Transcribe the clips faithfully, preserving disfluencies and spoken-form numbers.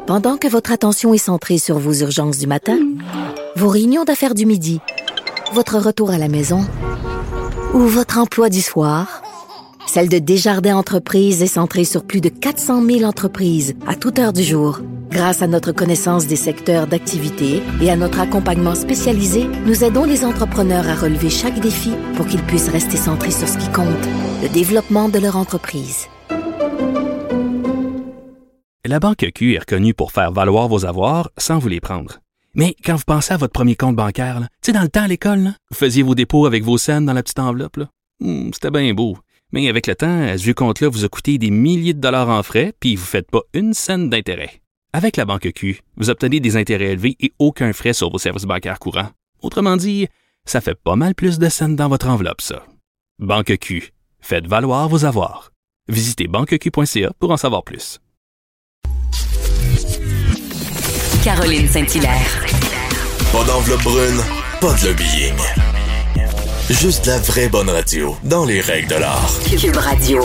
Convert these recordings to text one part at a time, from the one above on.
Pendant que votre attention est centrée sur vos urgences du matin, vos réunions d'affaires du midi, votre retour à la maison ou votre emploi du soir, celle de Desjardins Entreprises est centrée sur plus de quatre cent mille entreprises à toute heure du jour. Grâce à notre connaissance des secteurs d'activité et à notre accompagnement spécialisé, nous aidons les entrepreneurs à relever chaque défi pour qu'ils puissent rester centrés sur ce qui compte, le développement de leur entreprise. La Banque Q est reconnue pour faire valoir vos avoirs sans vous les prendre. Mais quand vous pensez à votre premier compte bancaire, tu sais, dans le temps à l'école, là, vous faisiez vos dépôts avec vos scènes dans la petite enveloppe. Là. Hum, c'était bien beau. Mais avec le temps, ce vieux compte-là vous a coûté des milliers de dollars en frais, puis vous ne faites pas une scène d'intérêt. Avec la Banque Q, vous obtenez des intérêts élevés et aucun frais sur vos services bancaires courants. Autrement dit, ça fait pas mal plus de scènes dans votre enveloppe, ça. Banque Q. Faites valoir vos avoirs. Visitez banque q point c a pour en savoir plus. Caroline Saint-Hilaire. Pas d'enveloppe brune, pas de lobbying. Juste la vraie bonne radio, dans les règles de l'art. Cube Radio.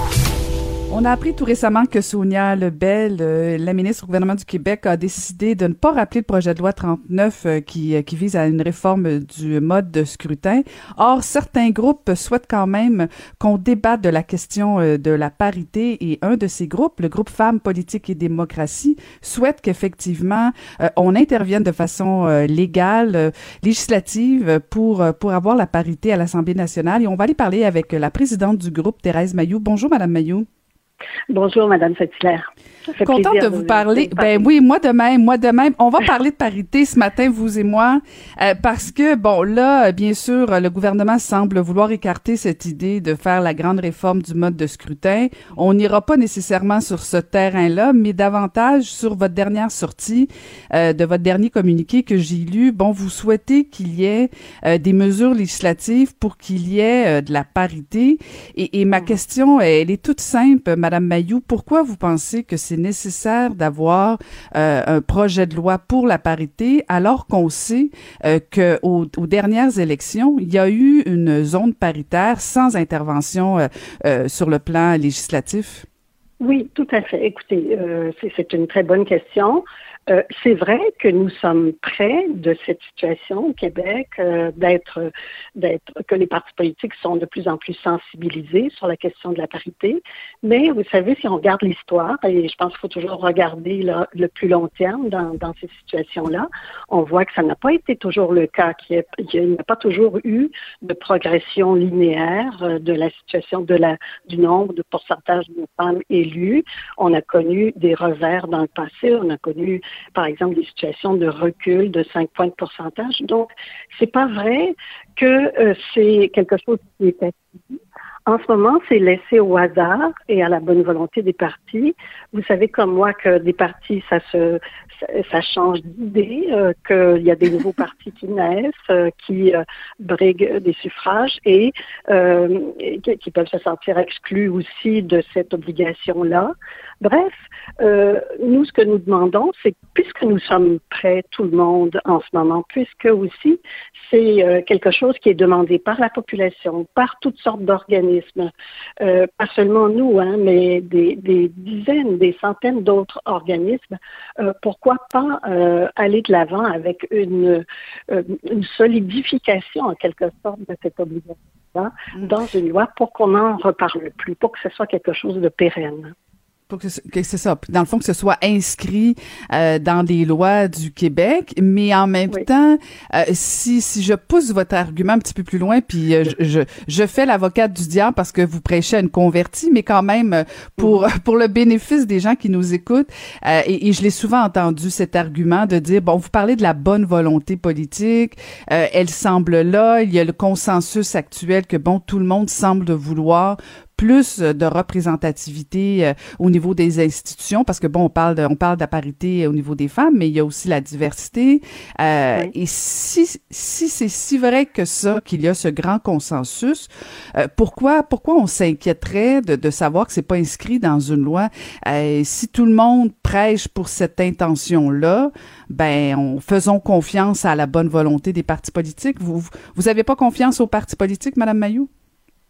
On a appris tout récemment que Sonia Lebel, euh, la ministre au gouvernement du Québec, a décidé de ne pas rappeler le projet de loi trente-neuf euh, qui, euh, qui vise à une réforme du mode de scrutin. Or, certains groupes souhaitent quand même qu'on débatte de la question euh, de la parité et un de ces groupes, le groupe Femmes, Politique et Démocratie, souhaite qu'effectivement euh, on intervienne de façon euh, légale, euh, législative pour, euh, pour avoir la parité à l'Assemblée nationale. Et on va aller parler avec la présidente du groupe, Thérèse Mailloux. Bonjour, Madame Mailloux. Bonjour, Madame Saint-Hilaire. Contente de vous parler. Ben oui, moi de même, moi de même. On va parler de parité ce matin, vous et moi, euh, parce que, bon, là, bien sûr, le gouvernement semble vouloir écarter cette idée de faire la grande réforme du mode de scrutin. On n'ira pas nécessairement sur ce terrain-là, mais davantage sur votre dernière sortie, euh, de votre dernier communiqué que j'ai lu. Bon, vous souhaitez qu'il y ait euh, des mesures législatives pour qu'il y ait euh, de la parité. Et, et ma question, elle est toute simple, Madame Mailloux. Pourquoi vous pensez que c'est nécessaire d'avoir euh, un projet de loi pour la parité alors qu'on sait euh, qu'aux aux dernières élections, il y a eu une zone paritaire sans intervention euh, euh, sur le plan législatif? Oui, tout à fait. Écoutez, euh, c'est, c'est une très bonne question. Euh, c'est vrai que nous sommes près de cette situation au Québec, euh, d'être, d'être, que les partis politiques sont de plus en plus sensibilisés sur la question de la parité. Mais vous savez, si on regarde l'histoire, et je pense qu'il faut toujours regarder là, le plus long terme dans, dans ces situations-là, on voit que ça n'a pas été toujours le cas, qu'il n'y a pas toujours eu de progression linéaire de la situation de la, du nombre de pourcentage de femmes élues. On a connu des revers dans le passé, on a connu par exemple, des situations de recul de cinq points de pourcentage. Donc, c'est pas vrai que euh, c'est quelque chose qui est acquis. En ce moment, c'est laissé au hasard et à la bonne volonté des partis. Vous savez comme moi que des partis, ça se, ça, ça change d'idée, euh, qu'il y a des nouveaux partis qui naissent, euh, qui euh, briguent des suffrages et, euh, et qui peuvent se sentir exclus aussi de cette obligation-là. Bref, euh, nous, ce que nous demandons, c'est puisque nous sommes prêts, tout le monde, en ce moment, puisque aussi c'est euh, quelque chose qui est demandé par la population, par toutes sortes d'organismes, euh, pas seulement nous, hein, mais des, des dizaines, des centaines d'autres organismes, euh, pourquoi pas euh, aller de l'avant avec une, euh, une solidification, en quelque sorte, de cette obligation-là dans une loi pour qu'on n'en reparle plus, pour que ce soit quelque chose de pérenne. Pour que, que c'est ça, dans le fond, que ce soit inscrit euh, dans les lois du Québec, mais en même oui. temps, euh, si si je pousse votre argument un petit peu plus loin, puis euh, je, je je fais l'avocate du diable parce que vous prêchez à une convertie, mais quand même pour mm-hmm. pour le bénéfice des gens qui nous écoutent, euh, et, et je l'ai souvent entendu cet argument de dire bon, vous parlez de la bonne volonté politique, euh, elle semble là, il y a le consensus actuel que bon, tout le monde semble vouloir plus de représentativité euh, au niveau des institutions, parce que bon, on parle de, on parle de la parité au niveau des femmes, mais il y a aussi la diversité. Euh, oui. Et si si c'est si vrai que ça, qu'il y a ce grand consensus, euh, pourquoi pourquoi on s'inquiéterait de, de savoir que c'est pas inscrit dans une loi? Euh, si tout le monde prêche pour cette intention-là, ben, on, faisons confiance à la bonne volonté des partis politiques. Vous vous avez pas confiance aux partis politiques, Madame Mailloux?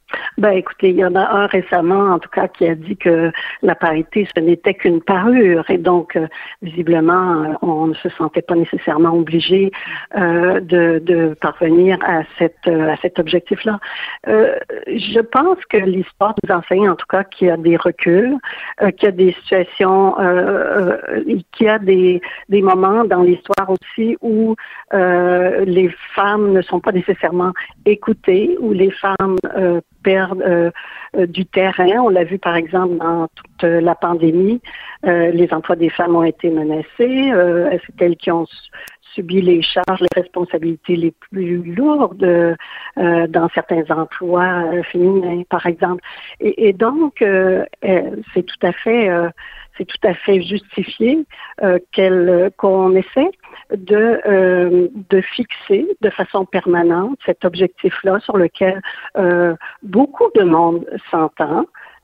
Ben, écoutez, il y en a un récemment, en tout cas, qui a dit que la parité, ce n'était qu'une parure. Et donc, euh, visiblement, euh, on ne se sentait pas nécessairement obligé euh, de, de parvenir à cette euh, à cet objectif-là. Euh, je pense que l'histoire nous enseigne, en tout cas, qu'il y a des reculs, euh, qu'il y a des situations, euh, euh, qu'il y a des, des moments dans l'histoire aussi où euh, les femmes ne sont pas nécessairement écoutées, où les femmes euh, perdre euh, euh, du terrain. On l'a vu par exemple dans toute euh, la pandémie. Euh, les emplois des femmes ont été menacés. Euh, c'est elles qui ont su- subi les charges, les responsabilités les plus lourdes euh, dans certains emplois euh, féminins, par exemple. Et, et donc, euh, euh, c'est tout à fait, euh, c'est tout à fait justifié euh, qu'elle, qu'on essaie de euh, de fixer de façon permanente cet objectif-là sur lequel euh, beaucoup de monde s'entend,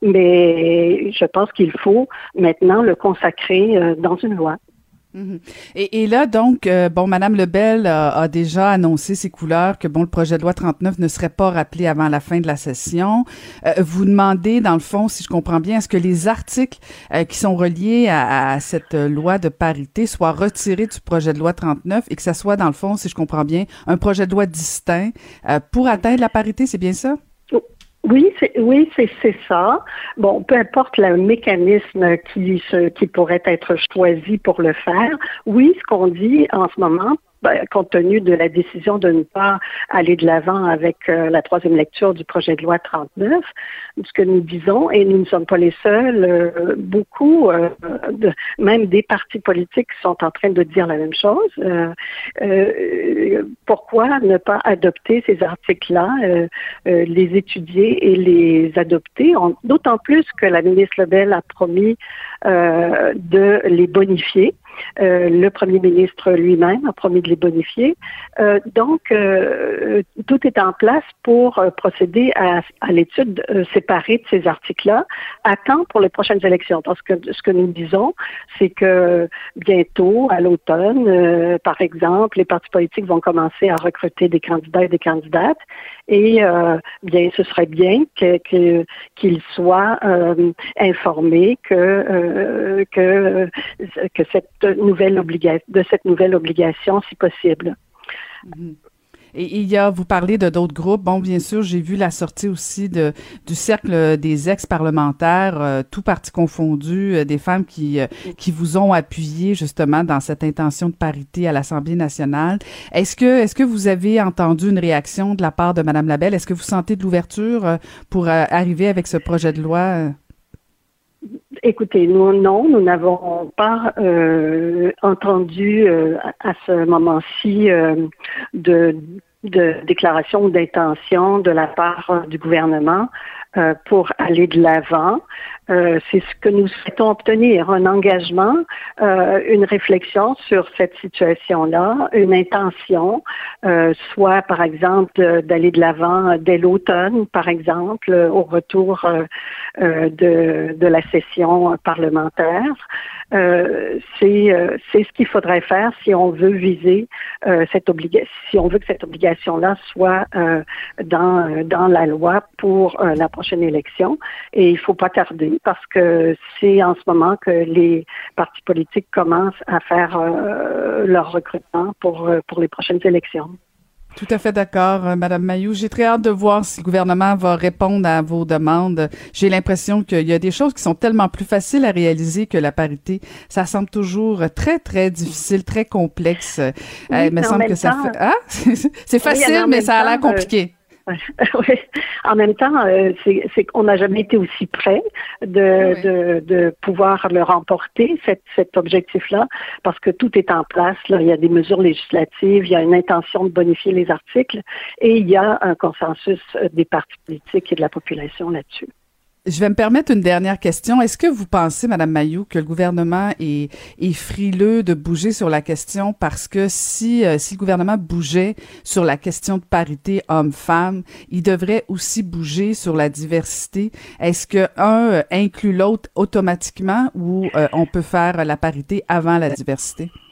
mais je pense qu'il faut maintenant le consacrer euh, dans une loi. Mm-hmm. Et, et là, donc, euh, bon, Madame Lebel a, a déjà annoncé ses couleurs que, bon, le projet de loi trente-neuf ne serait pas rappelé avant la fin de la session. Euh, vous demandez, dans le fond, si je comprends bien, est-ce que les articles euh, qui sont reliés à, à cette loi de parité soient retirés du projet de loi trente-neuf et que ça soit, dans le fond, si je comprends bien, un projet de loi distinct euh, pour atteindre la parité, c'est bien ça? Oui, c'est oui, c'est c'est ça. Bon, peu importe le mécanisme qui se, qui pourrait être choisi pour le faire. Oui, ce qu'on dit en ce moment, ben, compte tenu de la décision de ne pas aller de l'avant avec euh, la troisième lecture du projet de loi trente-neuf, ce que nous disons, et nous ne sommes pas les seuls, euh, beaucoup, euh, de, même des partis politiques sont en train de dire la même chose. Euh, euh, pourquoi ne pas adopter ces articles-là, euh, euh, les étudier et les adopter, on, d'autant plus que la ministre Lebel a promis euh, de les bonifier. Euh, le premier ministre lui-même a promis de les bonifier. Euh, donc, euh, tout est en place pour euh, procéder à, à l'étude euh, séparée de ces articles-là à temps pour les prochaines élections. Parce que ce que nous disons, c'est que bientôt, à l'automne, euh, par exemple, les partis politiques vont commencer à recruter des candidats et des candidates. Et euh, bien, ce serait bien que, que, qu'ils soient euh, informés que, euh, que, que cette nouvelle obligation, de cette nouvelle obligation, si possible. Mm-hmm. Et il y a, vous parlez de d'autres groupes. Bon, bien sûr, j'ai vu la sortie aussi de du cercle des ex-parlementaires, euh, tout parti confondu, euh, des femmes qui euh, qui vous ont appuyé justement dans cette intention de parité à l'Assemblée nationale. Est-ce que est-ce que vous avez entendu une réaction de la part de Madame Lebel? Est-ce que vous sentez de l'ouverture euh, pour euh, arriver avec ce projet de loi? Euh? Écoutez, nous, non, nous n'avons pas euh, entendu euh, à ce moment-ci euh, de, de déclaration ou d'intention de la part du gouvernement euh, pour aller de l'avant. Euh, c'est ce que nous souhaitons obtenir, un engagement, euh, une réflexion sur cette situation-là, une intention, euh, soit par exemple d'aller de l'avant dès l'automne, par exemple, au retour euh, euh, de, de la session parlementaire. Euh, c'est, euh, c'est ce qu'il faudrait faire si on veut viser euh, cette obligation, si on veut que cette obligation-là soit euh, dans dans la loi pour euh, la prochaine élection. Et il faut pas tarder, parce que c'est en ce moment que les partis politiques commencent à faire euh, leur recrutement pour pour les prochaines élections. Tout à fait d'accord, Madame Mailloux. J'ai très hâte de voir si le gouvernement va répondre à vos demandes. J'ai l'impression qu'il y a des choses qui sont tellement plus faciles à réaliser que la parité. Ça semble toujours très, très difficile, très complexe. Oui, euh, il me semble que ça temps, fait... Ah? C'est facile, oui, mais ça a l'air compliqué. Euh... Oui. En même temps, euh, c'est, c'est qu'on n'a jamais été aussi près de, oui. de, de pouvoir le remporter, cet, cet objectif-là, parce que tout est en place. Là. Il y a des mesures législatives, il y a une intention de bonifier les articles et il y a un consensus des partis politiques et de la population là-dessus. Je vais me permettre une dernière question. Est-ce que vous pensez, Madame Mailloux, que le gouvernement est, est frileux de bouger sur la question parce que si, euh, si le gouvernement bougeait sur la question de parité homme-femme, il devrait aussi bouger sur la diversité? Est-ce que un euh, inclut l'autre automatiquement ou euh, on peut faire la parité avant la diversité?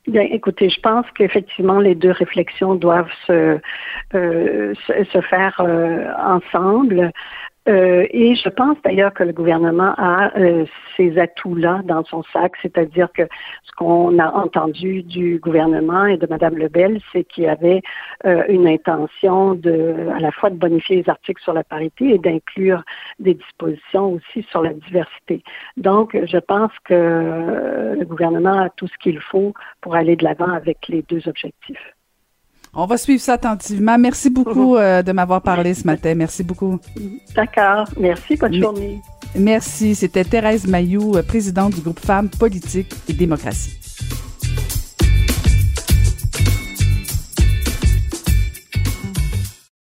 Bien, écoutez, je pense qu'effectivement, les deux réflexions doivent se, euh, se, se faire euh, ensemble. Euh, et je pense d'ailleurs que le gouvernement a euh, ces atouts-là dans son sac, c'est-à-dire que ce qu'on a entendu du gouvernement et de Mme Lebel, c'est qu'il y avait euh, une intention de, à la fois de bonifier les articles sur la parité et d'inclure des dispositions aussi sur la diversité. Donc, je pense que euh, le gouvernement a tout ce qu'il faut pour aller de l'avant avec les deux objectifs. On va suivre ça attentivement. Merci beaucoup euh, de m'avoir parlé ce matin. Merci beaucoup. D'accord. Merci. Bonne Mais, journée. Merci. C'était Thérèse Mailloux, présidente du groupe Femmes, Politique et Démocratie.